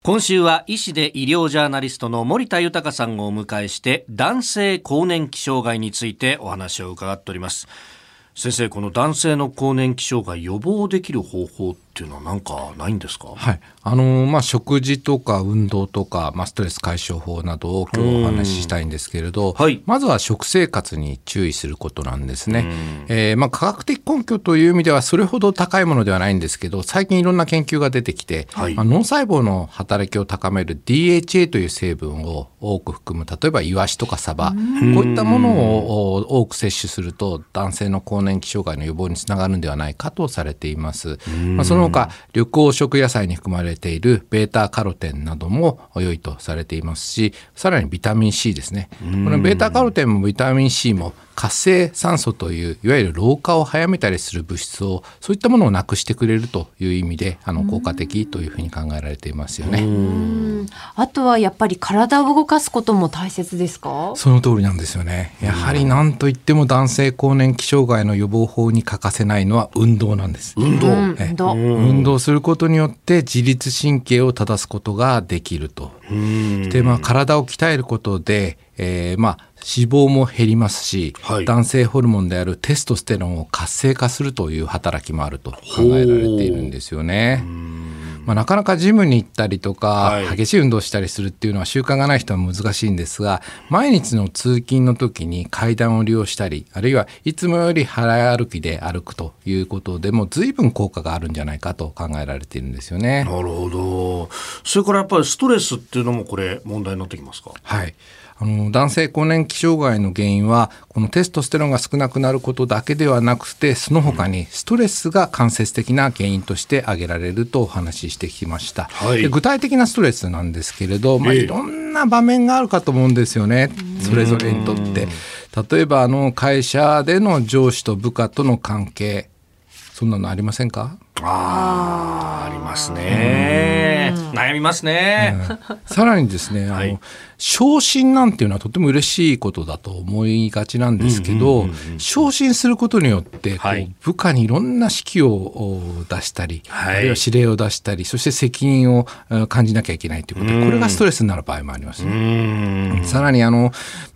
今週は医師で医療ジャーナリストの森田豊さんをお迎えして男性更年期障害についてお話を伺っております。先生、この男性の更年期障害予防できる方法っていうのは何かないんですか？ はい、食事とか運動とか、ストレス解消法などを今日お話ししたいんですけれど、 はい、 まずは食生活に注意することなんですね。科学的根拠という意味ではそれほど高いものではないんですけど、最近いろんな研究が出てきて、 はい、 脳細胞の働きを高める DHA という成分を多く含む、例えばイワシとかサバ、こういったものを多く摂取すると男性の更年期障害の予防につながるんではないかとされています。その他、緑黄色野菜に含まれているベータカロテンなども良いとされていますし、さらにビタミン C ですね。このベータカロテンもビタミン C も活性酸素といういわゆる老化を早めたりする物質を、そういったものをなくしてくれるという意味で効果的というふうに考えられていますよね。 あとはやっぱり体を動かすことも大切ですか？ その通りなんですよね。やはり何といっても男性更年期障害の予防法に欠かせないのは運動なんです。 運動することによって自律神経を正すことができると。で、体を鍛えることで、脂肪も減りますし、 はい、 男性ホルモンであるテストステロンを活性化するという働きもあると考えられているんですよね。なかなかジムに行ったりとか、激しい運動したりするっていうのは習慣がない人は難しいんですが、毎日の通勤の時に階段を利用したり、あるいはいつもより早歩きで歩くということでも随分効果があるんじゃないかと考えられているんですよね。 なるほど。それからやっぱりストレスっていうのもこれ問題になってきますか？ はい、男性更年期障害の原因はこのテストステロンが少なくなることだけではなくて、その他にストレスが間接的な原因として挙げられるとお話ししてきました。で、具体的なストレスなんですけれど、いろんな場面があるかと思うんですよね、それぞれにとって。例えば会社での上司と部下との関係、そんなのありませんか？ ありますね。悩みますね。 さらにですね、昇進なんていうのはとても嬉しいことだと思いがちなんですけど、昇進することによって部下にいろんな指揮を出したり、あるいは指令を出したり、そして責任を感じなきゃいけないということで、これがストレスになる場合もあります。さらに我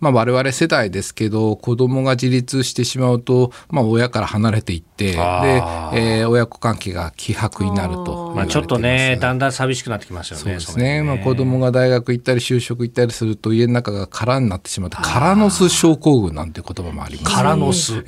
々世代ですけど、子供が自立してしまうと、親から離れていって、で、親子関係が希薄になると言われています。 ちょっとね、だんだん寂しくなってきますよね。 そうですね。子供が大学行ったり就職行ったりすると家の中が空になってしまって、空の巣症候群なんて言葉もあります。 空の巣、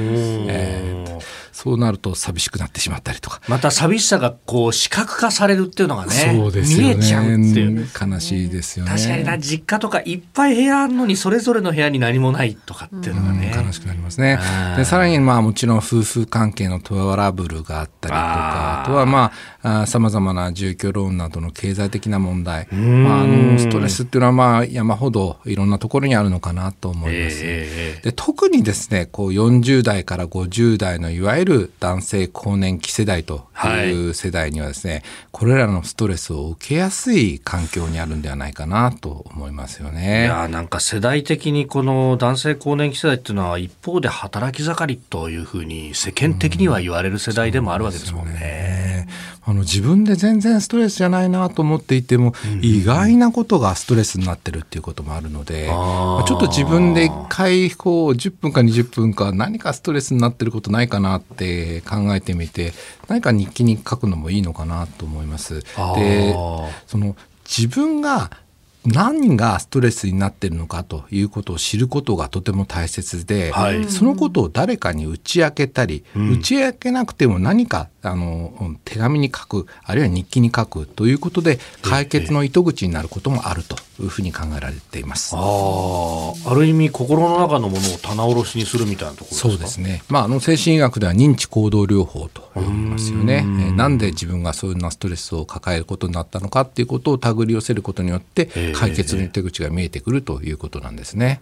そうなると寂しくなってしまったりとか、 また寂しさが視覚化されるっていうのがね、 そうですよね、 見えちゃうっていう。 悲しいですよね。 確かにな、実家とかいっぱい部屋あるのにそれぞれの部屋に何もないとかっていうのがね、 悲しくなりますね。で、さらにもちろん夫婦関係のトラブルがあったりとか、あとは様々な住居ローンなどの経済的な問題、ストレスっていうのは山ほどいろんなところにあるのかなと思います。で、特にですね、40代から50代のいわゆる男性更年期世代という世代にはですね、これらのストレスを受けやすい環境にあるんではないかなと思いますよね。 いや、なんか世代的にこの男性更年期世代っていうのは一方で働き盛りというふうに世間的には言われる世代でもあるわけですもんね。 自分で全然ストレスじゃないなと思っていても、意外なことがストレスになってるっていうこともあるので、ちょっと自分で1回10分か20分か何かストレスになってることないかなって考えてみて、何か日記に書くのもいいのかなと思います。で、自分が何がストレスになっているのかということを知ることがとても大切で、そのことを誰かに打ち明けたり、打ち明けなくても何か手紙に書く、あるいは日記に書くということで解決の糸口になることもあるというふうに考えられています。 ある意味心の中のものを棚卸しにするみたいなところですか？ そうですね。精神医学では認知行動療法と呼びますよね。なんで自分がそういうストレスを抱えることになったのかっていうことを手繰り寄せることによって解決の手口が見えてくるということなんですね。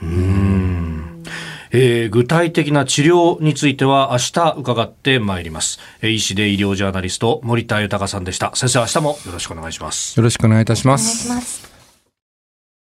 具体的な治療については明日伺ってまいります。医師で医療ジャーナリスト森田豊さんでした。先生、明日もよろしくお願いします。 よろしくお願いいたしまお願いします。